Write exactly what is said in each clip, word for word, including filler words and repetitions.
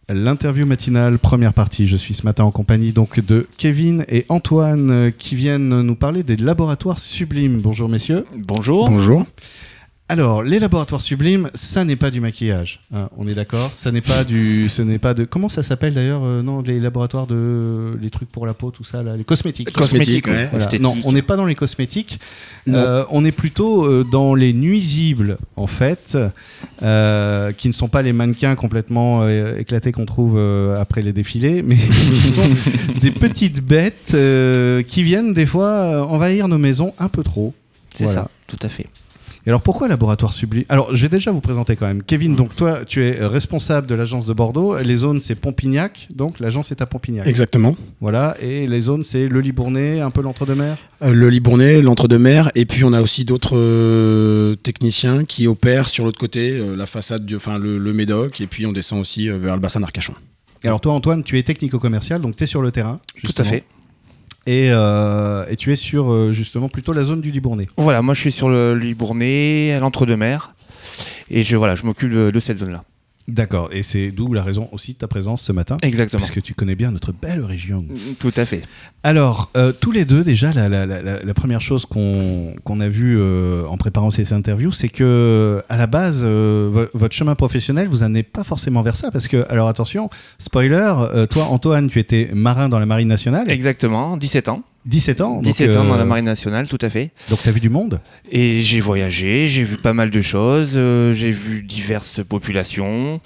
L'interview matinale, première partie. Je suis ce matin en compagnie donc de Kevin et Antoine euh, qui viennent nous parler des laboratoires sublimes. Bonjour messieurs. Bonjour. Bonjour. Alors, les laboratoires sublimes, ça n'est pas du maquillage, hein, on est d'accord. Ça n'est pas du, ce n'est pas de. Comment ça s'appelle d'ailleurs euh, Non, les laboratoires de, les trucs pour la peau, tout ça, là, les cosmétiques. Cosmétiques, ouais. Voilà. Non, on n'est pas dans les cosmétiques. Non. Euh, on est plutôt euh, dans les nuisibles, en fait, euh, qui ne sont pas les mannequins complètement euh, éclatés qu'on trouve euh, après les défilés, mais qui sont des petites bêtes euh, qui viennent des fois euh, envahir nos maisons un peu trop. C'est Voilà. ça, tout à fait. Et alors pourquoi laboratoire sublime ? Alors je vais déjà vous présenter quand même. Kevin, donc toi tu es responsable de l'agence de Bordeaux. Les zones c'est Pompignac, donc l'agence est à Pompignac. Exactement. Voilà, et les zones c'est le Libournais, un peu l'Entre-deux-Mers. Euh, le Libournais, l'Entre-deux-Mers, et puis on a aussi d'autres euh, techniciens qui opèrent sur l'autre côté, euh, la façade, du, enfin le, le Médoc, et puis on descend aussi euh, vers le bassin d'Arcachon. Et alors toi Antoine, tu es technico-commercial, donc tu es sur le terrain. Tout à fait. Et, euh, et tu es sur euh, justement plutôt la zone du Libournais. Voilà, moi je suis sur le Libournais, à l'Entre-deux-Mers, et je, voilà, je m'occupe de, de cette zone-là. D'accord, et c'est d'où la raison aussi de ta présence ce matin. Exactement. Parce que tu connais bien notre belle région. Tout à fait. Alors, euh, tous les deux, déjà, la, la, la, la première chose qu'on, qu'on a vue euh, en préparant ces interviews, c'est que, à la base, euh, vo- votre chemin professionnel, vous n'en êtes pas forcément vers ça. Parce que, alors attention, spoiler, euh, toi, Antoine, tu étais marin dans la Marine nationale. Exactement, dix-sept ans. dix-sept ans. dix-sept donc, ans dans euh, la Marine nationale, tout à fait. Donc, tu as vu du monde. Et j'ai voyagé, j'ai vu pas mal de choses, euh, j'ai vu diverses populations.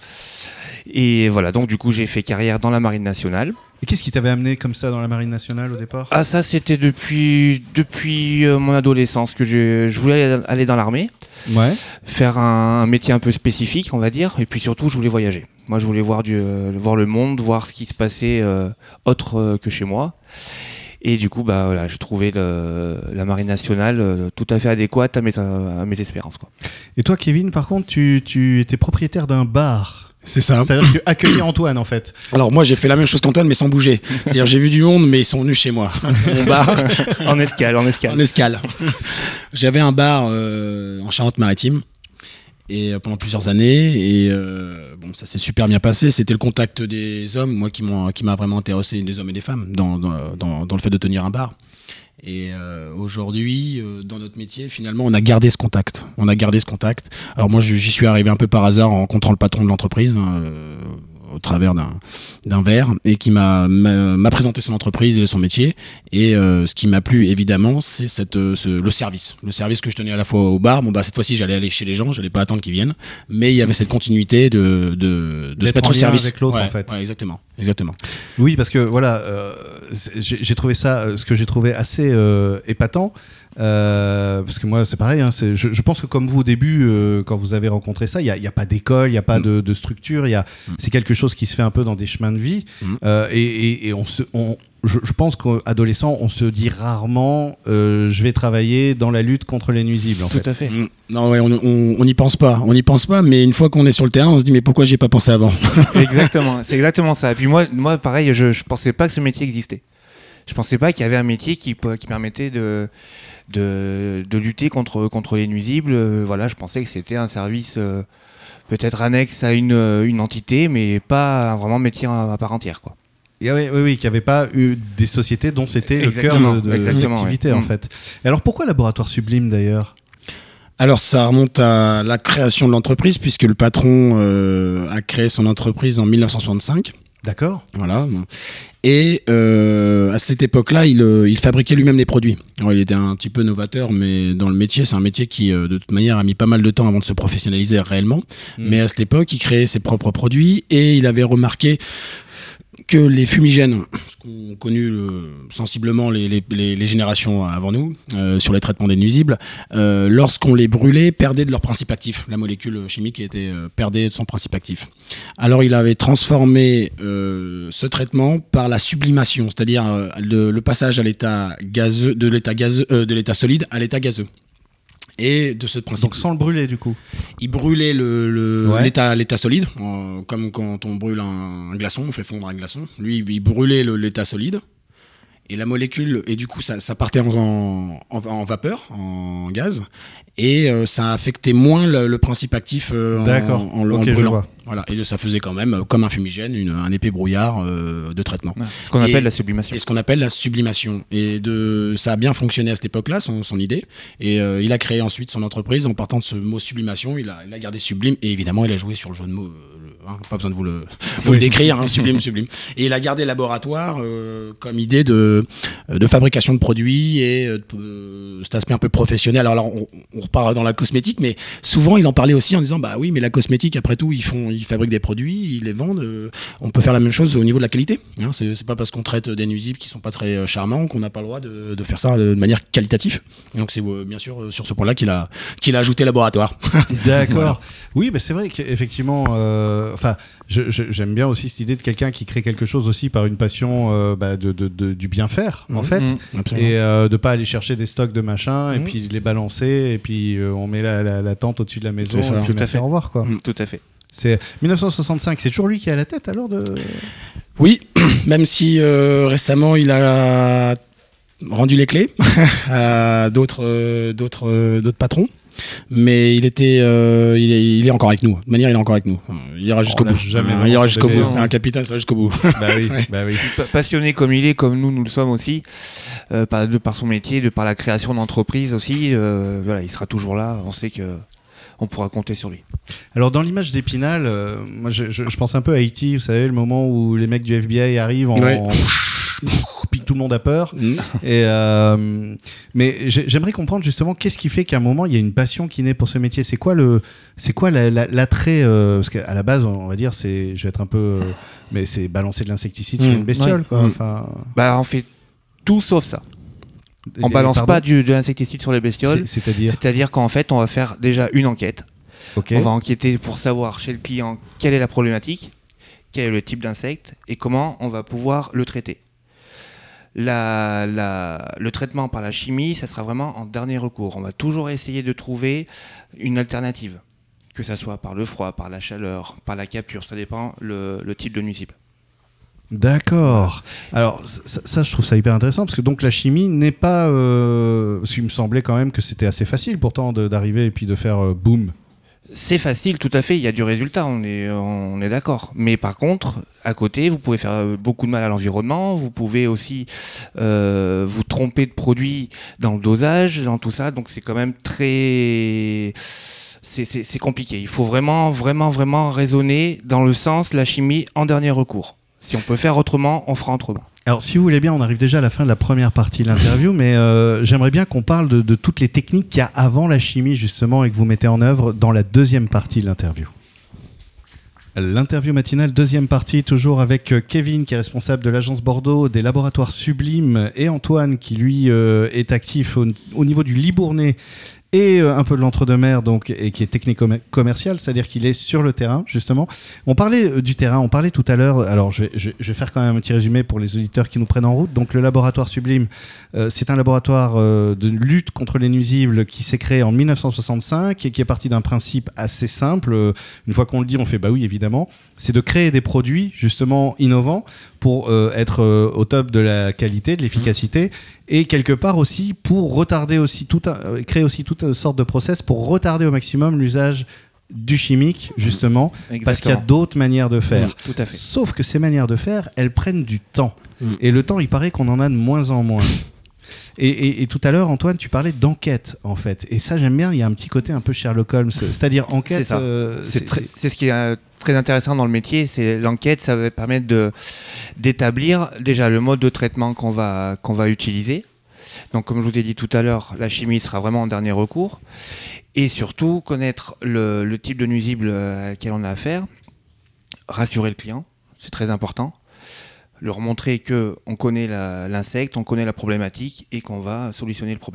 Et voilà, donc du coup j'ai fait carrière dans la Marine nationale. Et qu'est-ce qui t'avait amené comme ça dans la Marine nationale au départ ? Ah ça c'était depuis, depuis euh, mon adolescence que je, je voulais aller dans l'armée. Ouais. Faire un, un métier un peu spécifique, on va dire, et puis surtout, je voulais voyager. Moi, je voulais voir, du, euh, voir le monde, voir ce qui se passait euh, autre euh, que chez moi. Et du coup, bah, voilà, je trouvais le, la Marine nationale euh, tout à fait adéquate à mes, à mes espérances, quoi. Et toi, Kevin, par contre, tu, tu étais propriétaire d'un bar. C'est ça. C'est-à-dire que tu accueillais Antoine, en fait. Alors moi j'ai fait la même chose qu'Antoine mais sans bouger. C'est-à-dire j'ai vu du monde mais ils sont venus chez moi. Mon bar En escale, en escale. en escale. J'avais un bar euh, en Charente-Maritime et euh, pendant plusieurs années et euh, bon ça s'est super bien passé. C'était le contact des hommes moi qui m'ont qui m'a vraiment intéressé, des hommes et des femmes dans dans dans, dans le fait de tenir un bar. Et euh, aujourd'hui, euh, dans notre métier, finalement, on a gardé ce contact. On a gardé ce contact. Alors moi, je- j'y suis arrivé un peu par hasard en rencontrant le patron de l'entreprise hein, euh, au travers d'un, d'un verre et qui m'a, m'a, m'a présenté son entreprise et son métier. Et euh, ce qui m'a plu, évidemment, c'est cette, euh, ce, le service. Le service que je tenais à la fois au bar. Bon, bah, cette fois-ci, j'allais aller chez les gens. J'allais pas attendre qu'ils viennent. Mais il y avait cette continuité de, de, de D'être se mettre en au lien service. avec l'autre, Ouais, en fait. ouais, exactement. Exactement. Oui, parce que voilà, euh, c'est- j'ai, j'ai trouvé ça, euh, ce que j'ai trouvé assez euh, épatant. Euh, parce que moi, c'est pareil. Hein, c'est, je, je pense que comme vous au début, euh, quand vous avez rencontré ça, il n'y a, il y a pas d'école, il n'y a pas Mm. de, de structure. Il y a, Mm. c'est quelque chose qui se fait un peu dans des chemins de vie. Mm. Euh, et, et, et on se, on, je, je pense qu'adolescent, on se dit rarement, euh, je vais travailler dans la lutte contre les nuisibles. En Tout fait. à fait. Mm. Non, ouais, on on- on n'y pense pas. On n'y pense pas, mais une fois qu'on est sur le terrain, on se dit mais pourquoi j'y ai pas pensé avant ? Exactement, c'est exactement ça. Et puis moi, moi pareil, je, je pensais pas que ce métier existait. Je pensais pas qu'il y avait un métier qui, qui permettait de, de, de lutter contre, contre les nuisibles. Euh, Voilà, je pensais que c'était un service euh, peut-être annexe à une, euh, une entité, mais pas un vraiment métier à, à part entière, quoi. Et oui, oui, oui, qu'il n'y avait pas eu des sociétés dont c'était le cœur Exactement, de, de exactement, l'activité, ouais. en Mm. fait. Et alors, pourquoi Laboratoire Sublime, d'ailleurs ? Alors ça remonte à la création de l'entreprise puisque le patron euh, a créé son entreprise en dix-neuf cent soixante-cinq. D'accord. Voilà. Et euh, à cette époque-là, il, euh, il fabriquait lui-même les produits. Alors, il était un petit peu novateur, mais dans le métier, c'est un métier qui, euh, de toute manière, a mis pas mal de temps avant de se professionnaliser réellement. Mm. Mais à cette époque, il créait ses propres produits et il avait remarqué que les fumigènes, ce qu'ont connu euh, sensiblement les, les, les, les générations avant nous, euh, sur les traitements des nuisibles, euh, lorsqu'on les brûlait, perdaient de leur principe actif. La molécule chimique était, euh, perdait de son principe actif. Alors il avait transformé euh, ce traitement par la sublimation, c'est-à-dire euh, le, le passage à l'état gazeux, de l'état gazeux, euh, de l'état solide à l'état gazeux. Et de ce principe. Donc sans le brûler, du coup. Il brûlait le, le, Ouais. l'état, l'état solide, euh, comme quand on brûle un, un glaçon, on fait fondre un glaçon. Lui, il brûlait le, l'état solide. Et la molécule, et du coup, ça, ça partait en, en, en vapeur, en gaz, et euh, ça affectait moins le, le principe actif euh, D'accord. en, en, en Okay, le brûlant. Voilà. Et ça faisait quand même, comme un fumigène, une, un épais brouillard euh, de traitement. Ouais, ce qu'on et, appelle la sublimation. Et ce qu'on appelle la sublimation. Et de, ça a bien fonctionné à cette époque-là, son, son idée. Et euh, il a créé ensuite son entreprise en partant de ce mot sublimation. Il a, il a gardé sublime, et évidemment, il a joué sur le jeu de mots. Euh, Hein, pas besoin de vous le, vous oui. le décrire, hein, sublime, sublime. Et il a gardé laboratoire euh, comme idée de, de fabrication de produits et euh, cet aspect un peu professionnel. Alors là, on, on repart dans la cosmétique, mais souvent il en parlait aussi en disant bah oui, mais la cosmétique, après tout, ils font, ils fabriquent des produits, ils les vendent. Euh, on peut faire la même chose au niveau de la qualité. Hein, c'est, c'est pas parce qu'on traite des nuisibles qui sont pas très charmants qu'on n'a pas le droit de, de faire ça de manière qualitative. Et donc c'est euh, bien sûr euh, sur ce point-là qu'il a, qu'il a ajouté laboratoire. D'accord. Voilà. Oui, bah c'est vrai qu'effectivement. Euh... Enfin, je, je, j'aime bien aussi cette idée de quelqu'un qui crée quelque chose aussi par une passion euh, bah, de, de, de, du bien faire, mmh, en fait, mmh, et euh, de pas aller chercher des stocks de machin, mmh. et puis les balancer, et puis euh, on met la, la, la tente au-dessus de la maison, ça, et puis tout à fait. Au revoir, quoi. Mmh, tout à fait. C'est dix-neuf cent soixante-cinq, c'est toujours lui qui est à la tête alors de... Oui, même si euh, récemment il a rendu les clés à d'autres, euh, d'autres, euh, d'autres patrons. Mais il était, euh, il, est, il est encore avec nous. De manière, il est encore avec nous. Il ira jusqu'au bout. Jamais il ira jusqu'au bout. Un hein. capitaine, ça va jusqu'au bout. Bah oui, ouais. bah oui. Passionné comme il est, comme nous, nous le sommes aussi, euh, par, de par son métier, de par la création d'entreprise aussi. Euh, voilà, il sera toujours là. On sait que on pourra compter sur lui. Alors dans l'image d'Épinal, euh, moi je, je, je pense un peu à Haïti, vous savez, le moment où les mecs du F B I arrivent en, ouais. en... puis tout le monde a peur. Mmh. Et euh, mais j'aimerais comprendre justement qu'est-ce qui fait qu'à un moment il y a une passion qui naît pour ce métier. C'est quoi le, c'est quoi la, la, l'attrait euh, parce qu'à la base on va dire c'est, je vais être un peu, euh, mais c'est balancer de l'insecticide mmh. sur une bestiole, ouais. quoi. Mmh. Enfin. Bah on fait tout sauf ça. On balance Pardon pas du, de l'insecticide sur les bestioles. C'est, c'est-à-dire C'est-à-dire qu'en fait, on va faire déjà une enquête. Okay. On va enquêter pour savoir chez le client quelle est la problématique, quel est le type d'insecte et comment on va pouvoir le traiter. La, la, le traitement par la chimie, ça sera vraiment en dernier recours. On va toujours essayer de trouver une alternative, que ça soit par le froid, par la chaleur, par la capture, ça dépend le, le type de nuisible. D'accord. Alors ça, ça, je trouve ça hyper intéressant parce que donc la chimie n'est pas. Euh, parce qu'il me semblait quand même que c'était assez facile pourtant de, d'arriver et puis de faire euh, boum. C'est facile, tout à fait. Il y a du résultat, on est, on est d'accord. Mais par contre, à côté, vous pouvez faire beaucoup de mal à l'environnement. Vous pouvez aussi euh, vous tromper de produits dans le dosage, dans tout ça. Donc c'est quand même très. C'est, c'est, c'est compliqué. Il faut vraiment, vraiment, vraiment raisonner dans le sens la chimie en dernier recours. Si on peut faire autrement, on fera autrement. Alors, si vous voulez bien, on arrive déjà à la fin de la première partie de l'interview, mais euh, j'aimerais bien qu'on parle de, de toutes les techniques qu'il y a avant la chimie, justement, et que vous mettez en œuvre dans la deuxième partie de l'interview. L'interview matinale, deuxième partie, toujours avec Kevin, qui est responsable de l'agence Bordeaux, des laboratoires Sublime, et Antoine, qui, lui, euh, est actif au, au niveau du Libournais, et un peu de l'entre-deux-mer, donc, et qui est technico-commercial, c'est-à-dire qu'il est sur le terrain, justement. On parlait du terrain, on parlait tout à l'heure, alors je vais, je, je vais faire quand même un petit résumé pour les auditeurs qui nous prennent en route. Donc le laboratoire Sublime, euh, c'est un laboratoire euh, de lutte contre les nuisibles qui s'est créé en dix-neuf cent soixante-cinq et qui est parti d'un principe assez simple. Une fois qu'on le dit, on fait bah oui, évidemment. C'est de créer des produits, justement, innovants pour euh, être euh, au top de la qualité, de l'efficacité, mmh. et quelque part aussi pour retarder aussi tout un, euh, créer aussi toute sorte de process pour retarder au maximum l'usage du chimique, justement, Exactement. Parce qu'il y a d'autres manières de faire. Mmh, tout à fait. Sauf que ces manières de faire, elles prennent du temps. Mmh. Et le temps, il paraît qu'on en a de moins en moins. Et, et, et tout à l'heure, Antoine, tu parlais d'enquête, en fait. Et ça, j'aime bien, il y a un petit côté un peu Sherlock Holmes. C'est-à-dire enquête... C'est, ça. Euh, c'est, c'est, très, c'est ce qui est très intéressant dans le métier, c'est l'enquête, ça va permettre de, d'établir déjà le mode de traitement qu'on va, qu'on va utiliser. Donc, comme je vous ai dit tout à l'heure, la chimie sera vraiment en dernier recours. Et surtout, connaître le, le type de nuisible à laquelle on a affaire, rassurer le client, c'est très important. Leur montrer qu'on connaît la, l'insecte, on connaît la problématique et qu'on va solutionner le problème.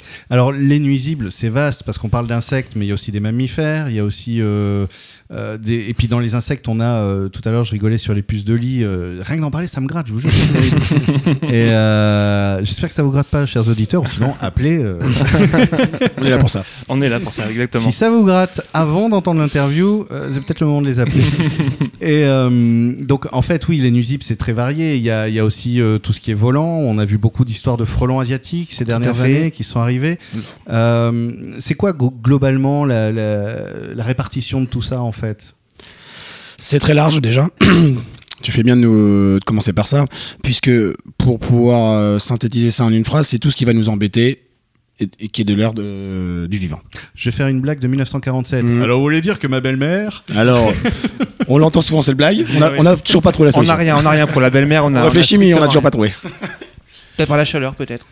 Alors les nuisibles, c'est vaste parce qu'on parle d'insectes, mais il y a aussi des mammifères, il y a aussi euh, euh, des... et puis dans les insectes, on a euh, tout à l'heure, je rigolais sur les puces de lit. Euh, rien que d'en parler, ça me gratte, je vous jure. Et euh, j'espère que ça vous gratte pas, chers auditeurs, ou sinon appelez. Euh... On est là pour ça. On est là pour ça, exactement. Si ça vous gratte avant d'entendre l'interview, euh, c'est peut-être le moment de les appeler. Et euh, donc en fait, oui, les nuisibles, c'est très varié. Il y a, il y a aussi euh, tout ce qui est volant. On a vu beaucoup d'histoires de frelons asiatiques ces dernières années qui sont arrivés. Euh, c'est quoi go- globalement la, la, la répartition de tout ça en fait ? C'est très large déjà. Tu fais bien de, nous, de commencer par ça, puisque pour pouvoir euh, synthétiser ça en une phrase, c'est tout ce qui va nous embêter et, et qui est de l'ère de, du vivant. Je vais faire une blague de dix-neuf cent quarante-sept. Mmh. Alors, vous voulez dire que ma belle-mère... Alors, on l'entend souvent cette blague, on a, Oui. on a toujours pas trouvé la On solution. n'a rien, on n'a rien pour la belle-mère. On, On a, réfléchit, on a mais on n'a toujours strictement pas trouvé. rien. Peut-être par la chaleur, peut-être.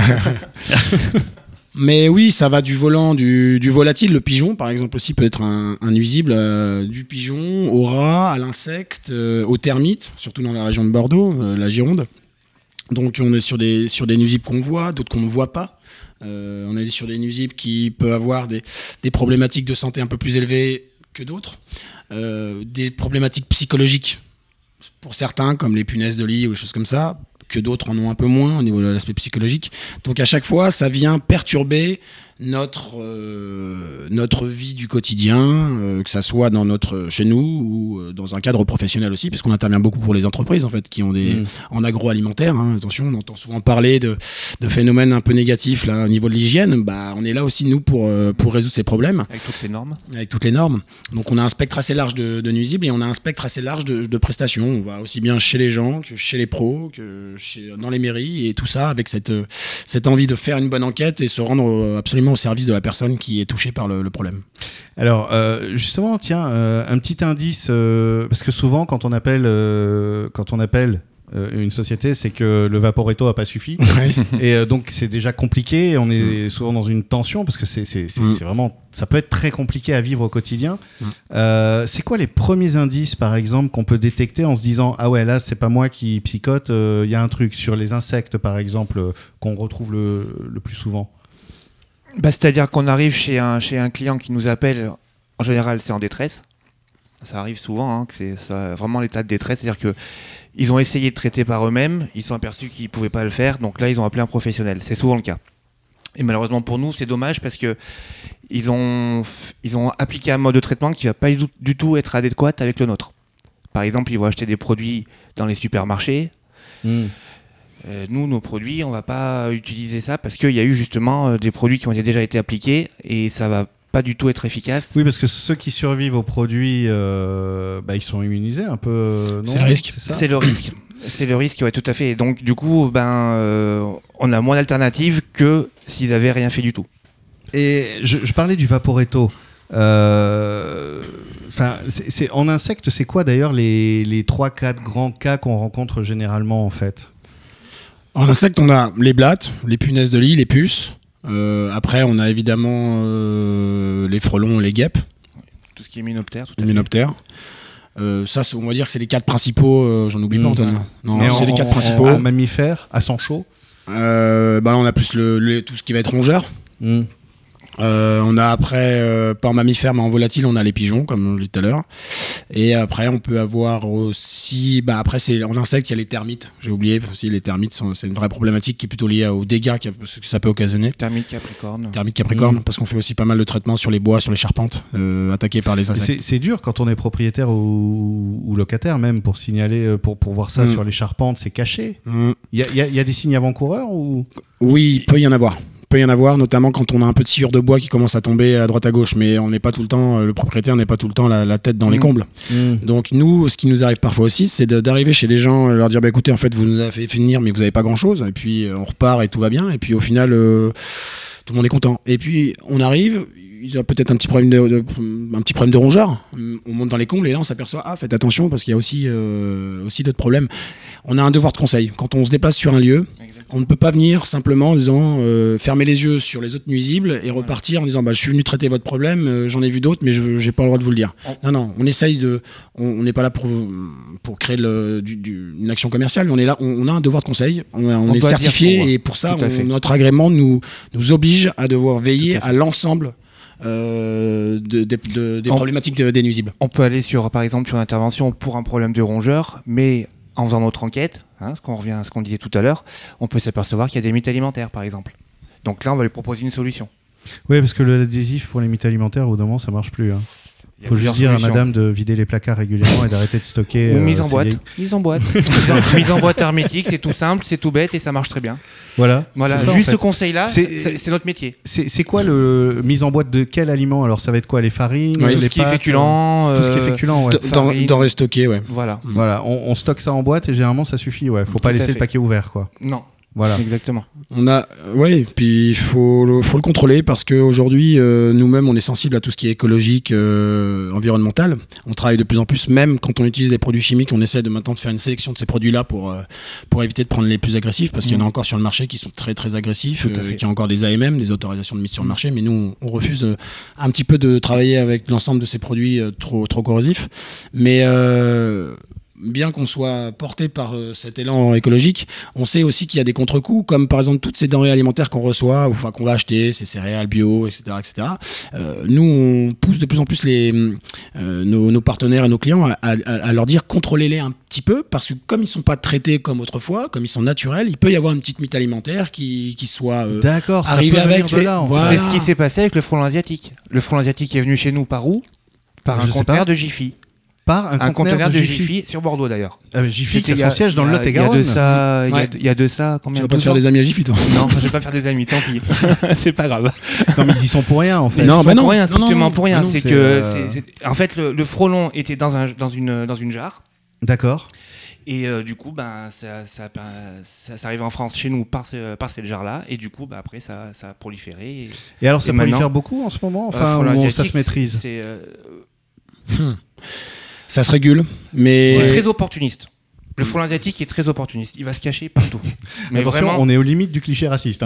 Mais oui, ça va du volant, du, du volatile, le pigeon par exemple aussi peut être un, un nuisible, euh, du pigeon au rat, à l'insecte, euh, aux termites, surtout dans la région de Bordeaux, euh, la Gironde. Donc on est sur des, sur des nuisibles qu'on voit, d'autres qu'on ne voit pas. Euh, on est sur des nuisibles qui peuvent avoir des, des problématiques de santé un peu plus élevées que d'autres, euh, des problématiques psychologiques pour certains, comme les punaises de lit ou des choses comme ça, que d'autres en ont un peu moins au niveau de l'aspect psychologique. Donc à chaque fois, ça vient perturber notre, euh, notre vie du quotidien, euh, que ça soit dans notre, chez nous ou euh, dans un cadre professionnel aussi, parce qu'on intervient beaucoup pour les entreprises en fait, qui ont des, mmh. en agroalimentaire. Hein, attention, on entend souvent parler de, de phénomènes un peu négatifs là, au niveau de l'hygiène. Bah, on est là aussi, nous, pour, euh, pour résoudre ces problèmes. Avec toutes les normes. Avec toutes les normes. Donc on a un spectre assez large de, de nuisibles et on a un spectre assez large de, de prestations. On va aussi bien chez les gens que chez les pros, que chez, dans les mairies, et tout ça avec cette, cette envie de faire une bonne enquête et se rendre absolument au service de la personne qui est touchée par le, le problème. Alors, euh, justement, tiens, euh, un petit indice, euh, parce que souvent, quand on appelle, euh, quand on appelle euh, une société, c'est que le Vaporetto n'a pas suffi. Et euh, donc, c'est déjà compliqué. On est mmh. souvent dans une tension, parce que c'est, c'est, c'est, mmh. c'est vraiment, ça peut être très compliqué à vivre au quotidien. Mmh. Euh, c'est quoi les premiers indices, par exemple, qu'on peut détecter en se disant « Ah ouais, là, c'est pas moi qui psychote, il euh, y a un truc » sur les insectes, par exemple, euh, qu'on retrouve le, le plus souvent? Bah, c'est-à-dire qu'on arrive chez un, chez un client qui nous appelle, en général c'est en détresse, ça arrive souvent, hein, que c'est ça, vraiment l'état de détresse, c'est-à-dire qu'ils ont essayé de traiter par eux-mêmes, ils sont aperçus qu'ils ne pouvaient pas le faire, donc là ils ont appelé un professionnel, c'est souvent le cas. Et malheureusement pour nous c'est dommage parce qu'ils ont, ils ont appliqué un mode de traitement qui ne va pas du, du tout être adéquat avec le nôtre. Par exemple, ils vont acheter des produits dans les supermarchés, mmh. Euh, nous, nos produits, on ne va pas utiliser ça parce qu'il y a eu justement euh, des produits qui ont déjà été appliqués et ça ne va pas du tout être efficace. Oui, parce que ceux qui survivent aux produits, euh, bah, ils sont immunisés un peu. Euh, non, c'est le risque. C'est, ça c'est le risque. C'est le risque, ouais, tout à fait. Et donc, du coup, ben, euh, on a moins d'alternatives que s'ils n'avaient rien fait du tout. Et je, je parlais du Vaporetto. Euh, c'est, c'est, en insectes, c'est quoi d'ailleurs les, les trois quatre grands cas qu'on rencontre généralement en fait? En insectes, on a les blattes, les punaises de lit, les puces. Euh, après, on a évidemment euh, les frelons, les guêpes. Tout ce qui est hyménoptère. Tout les hyménoptères. Euh, ça, on va dire que c'est les quatre principaux. Euh, j'en oublie mmh, pas, Antoine. Non, non c'est en, les quatre en, principaux. En mammifères, à sang chaud. Euh, bah, on a plus le, le, tout ce qui va être rongeur. Mmh. Euh, on a après, euh, pas en mammifère mais en volatile, on a les pigeons comme on l'a dit tout à l'heure. Et après on peut avoir aussi, bah après c'est en insectes il y a les termites. J'ai oublié aussi, les termites sont, c'est une vraie problématique qui est plutôt liée aux dégâts que ça peut occasionner. Termites capricorne. Termites capricorne mmh. parce qu'on fait aussi pas mal de traitements sur les bois, sur les charpentes euh, attaquées par les insectes. C'est, c'est dur quand on est propriétaire ou, ou locataire même pour signaler, pour, pour voir ça mmh. sur les charpentes, c'est caché. Il mmh. y, y, y a des signes avant-coureurs ou... Oui, il peut y en avoir. peut y en avoir, notamment quand on a un peu de sciure de bois qui commence à tomber à droite à gauche, mais on n'est pas tout le temps, le propriétaire n'est pas tout le temps la, la tête dans mmh. les combles. Mmh. Donc nous, ce qui nous arrive parfois aussi, c'est de, d'arriver chez des gens, leur dire bah écoutez, en fait vous nous avez fait finir, mais vous n'avez pas grand chose, et puis on repart et tout va bien, et puis au final euh, tout le monde est content. Et puis on arrive, il y a peut-être un petit problème de, de, un petit problème de rongeur, on monte dans les combles et là on s'aperçoit ah faites attention parce qu'il y a aussi, euh, aussi d'autres problèmes. On a un devoir de conseil. Quand on se déplace sur un lieu, on ne peut pas venir simplement en disant euh, fermer les yeux sur les autres nuisibles et repartir en disant bah, je suis venu traiter votre problème, euh, j'en ai vu d'autres mais je n'ai pas le droit de vous le dire. Non, non, on essaye de... On n'est pas là pour, pour créer le, du, du, une action commerciale. On est là, on, on a un devoir de conseil, on, on, on est certifié pour et pour ça, on, notre agrément nous, nous oblige à devoir veiller à, à l'ensemble euh, de, de, de, des on, problématiques de, des nuisibles. On peut aller sur, par exemple, sur une intervention pour un problème de rongeur, mais en faisant notre enquête, hein, ce qu'on revient à ce qu'on disait tout à l'heure, on peut s'apercevoir qu'il y a des mythes alimentaires, par exemple. Donc là, on va lui proposer une solution. Oui, parce que l'adhésif pour les mythes alimentaires, au bout d'un moment, ça marche plus. Hein. Il faut juste dire à madame de vider les placards régulièrement et d'arrêter de stocker. Ou euh, mise en boîte. Mise en boîte. Mise en boîte hermétique, c'est tout simple, c'est tout bête et ça marche très bien. Voilà. Voilà. Ça, juste en fait. ce conseil-là, c'est, c'est, c'est notre métier. C'est, c'est quoi le mise en boîte de quel aliment? Alors ça va être quoi? Les farines, oui, les tout ce qui pâtes, est féculent. Euh, tout ce qui est féculent, ouais. Dans, dans restocker, ouais. Voilà. Mmh. Voilà. On, on stocke ça en boîte et généralement ça suffit. Ouais. Faut tout pas laisser le paquet ouvert, quoi. Non. Voilà. Exactement. On a, ouais, puis il faut le, faut le contrôler parce qu'aujourd'hui, euh, nous-mêmes, on est sensible à tout ce qui est écologique, euh, environnemental. On travaille de plus en plus, même quand on utilise des produits chimiques, on essaie de maintenant de faire une sélection de ces produits-là pour, euh, pour éviter de prendre les plus agressifs parce mmh. qu'il y en a encore sur le marché qui sont très très agressifs, euh, qui ont encore des A M M, des autorisations de mise sur le marché, mais nous, on refuse euh, un petit peu de travailler avec l'ensemble de ces produits euh, trop, trop corrosifs. Mais euh, bien qu'on soit porté par euh, cet élan écologique, on sait aussi qu'il y a des contre-coups, comme par exemple toutes ces denrées alimentaires qu'on reçoit, ou enfin qu'on va acheter, ces céréales bio, et cetera, et cetera. Euh, nous, on pousse de plus en plus les, euh, nos, nos partenaires et nos clients à, à, à leur dire contrôlez-les un petit peu, parce que comme ils ne sont pas traités comme autrefois, comme ils sont naturels, il peut y avoir une petite mythe alimentaire qui, qui soit euh, D'accord, arrivée avec. De là, voilà. C'est ce qui s'est passé avec le frelon asiatique. Le frelon asiatique est venu chez nous par où? Par Je un conteneur de Jiffy. Par un, un conteneur de, de Jiffy. Jiffy sur Bordeaux d'ailleurs. Ah, Jiffy qui a son siège dans le Lot-et-Garonne. Il y a de ça, il ouais. y, y a de ça combien? Tu vas pas te faire des amis à Jiffy, toi? Non, je vais pas faire des amis, tant pis. C'est pas grave. Non, mais ils y sont pour rien en fait. Non, ils bah sont non, pour rien, strictement non, pour rien. Ah non, c'est, c'est que, euh... c'est, c'est... en fait, le, le frelon était dans un, dans une, dans une jarre. D'accord. Et euh, du coup, ben, ça, ça, ça, ça arrive en France chez nous par, ce, par cette jarre-là. Et du coup, ben, après, ça, ça a proliféré. Et, et alors, ça et prolifère beaucoup en ce moment? Enfin, euh, où ça se maîtrise? c'est, euh... hmm. Ça se régule, mais... C'est très opportuniste. Le frelon asiatique est très opportuniste. Il va se cacher partout. Mais attention, vraiment... on est aux limites du cliché raciste. Hein.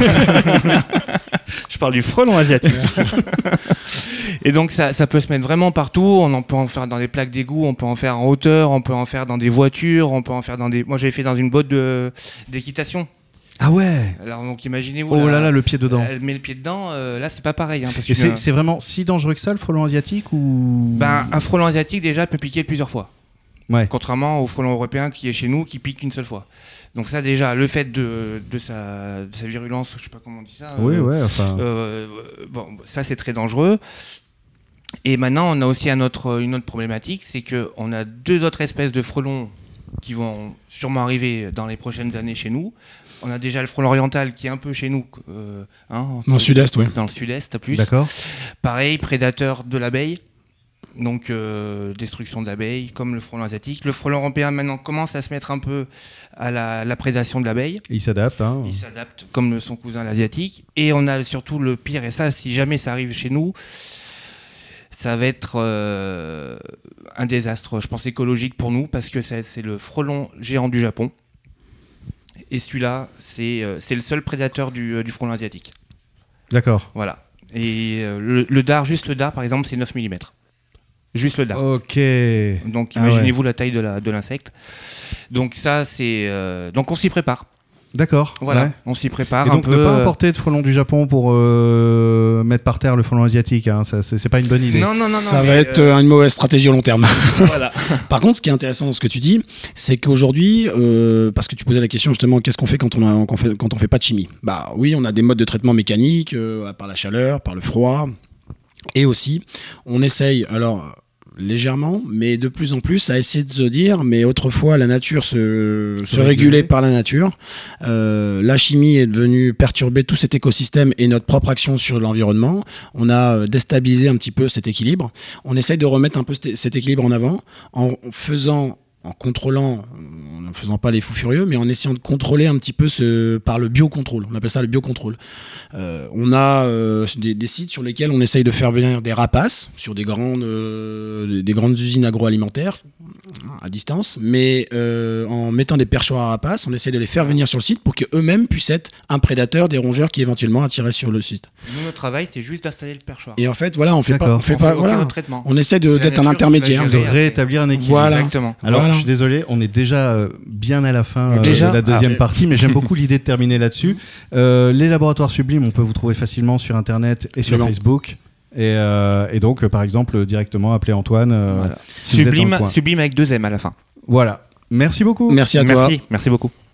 Je parle du frelon asiatique. Et donc, ça, ça peut se mettre vraiment partout. On en peut en faire dans des plaques d'égout, on peut en faire en hauteur, on peut en faire dans des voitures, on peut en faire dans des... Moi, j'avais fait dans une botte de... d'équitation. Ah ouais. Alors donc imaginez-vous. Oh là là, là le pied dedans. Elle met le pied dedans. Euh, là c'est pas pareil. Hein, parce Et que, c'est, euh, c'est vraiment si dangereux que ça le frelon asiatique ou? Ben un frelon asiatique déjà peut piquer plusieurs fois. Ouais. Contrairement au frelon européen qui est chez nous qui pique une seule fois. Donc ça déjà le fait de, de, sa, de sa virulence, je sais pas comment on dit ça. Oui euh, ouais. Enfin. Euh, bon ça c'est très dangereux. Et maintenant on a aussi un autre, une autre problématique, c'est que on a deux autres espèces de frelons qui vont sûrement arriver dans les prochaines années chez nous. On a déjà le frelon oriental qui est un peu chez nous. Euh, hein, dans le sud-est, oui. Dans le sud-est, plus. D'accord. Pareil, prédateur de l'abeille. Donc, euh, destruction de l'abeille, comme le frelon asiatique. Le frelon européen, maintenant, commence à se mettre un peu à la, la prédation de l'abeille. Il s'adapte. Hein. Il s'adapte, comme son cousin l'asiatique. Et on a surtout le pire, et ça, si jamais ça arrive chez nous, ça va être euh, un désastre, je pense, écologique pour nous, parce que c'est, c'est le frelon géant du Japon. Et celui-là, c'est, euh, c'est le seul prédateur du, euh, du frelon asiatique. D'accord. Voilà. Et euh, le, le dard, juste le dard, par exemple, c'est neuf millimètres. Juste le dard. Ok. Donc ah imaginez-vous ouais. la taille de, la, de l'insecte. Donc ça, c'est... Euh, donc on s'y prépare. D'accord. Voilà, ouais. on s'y prépare et un donc peu. ne pas euh... importer de frelons du Japon pour euh, mettre par terre le frelon asiatique, hein. Ça, c'est, c'est pas une bonne idée. Non, non, non, non. Ça mais va être euh... une mauvaise stratégie au long terme. Voilà. Par contre, ce qui est intéressant dans ce que tu dis, c'est qu'aujourd'hui, euh, parce que tu posais la question justement, qu'est-ce qu'on fait quand on a, quand on fait, quand on fait pas de chimie? Bah oui, on a des modes de traitement mécaniques, euh, par la chaleur, par le froid, et aussi, on essaye, alors légèrement, mais de plus en plus à essayer de se dire, mais autrefois la nature se, se régulait par la nature, euh, la chimie est devenue perturber tout cet écosystème et notre propre action sur l'environnement, on a déstabilisé un petit peu cet équilibre, on essaye de remettre un peu cet équilibre en avant en faisant, en contrôlant, en faisant pas les fous furieux, mais en essayant de contrôler un petit peu ce, par le biocontrôle. On appelle ça le biocontrôle. Euh, on a euh, des, des sites sur lesquels on essaye de faire venir des rapaces sur des grandes, euh, des grandes usines agroalimentaires à distance, mais euh, en mettant des perchoirs à rapaces, on essaie de les faire venir sur le site pour qu'eux-mêmes puissent être un prédateur des rongeurs qui éventuellement attiraient sur le site. Nous, notre travail, c'est juste d'installer le perchoir. Et en fait, voilà, on fait pas, on fait on pas, fait voilà, traitement. on essaie de, d'être un intermédiaire, de rétablir un équilibre. Voilà. Exactement. Alors, Voilà. je suis désolé, on est déjà euh, bien à la fin euh, Déjà de la deuxième ah, partie, mais j'aime beaucoup l'idée de terminer là-dessus. Euh, les laboratoires sublimes, on peut vous trouver facilement sur Internet et sur Absolument. Facebook. Et, euh, et donc, euh, par exemple, directement appeler Antoine. Euh, Voilà. si vous êtes dans le Sublime, coin. sublime avec deux M à la fin. Voilà. Merci beaucoup. Merci à toi. Merci, merci beaucoup.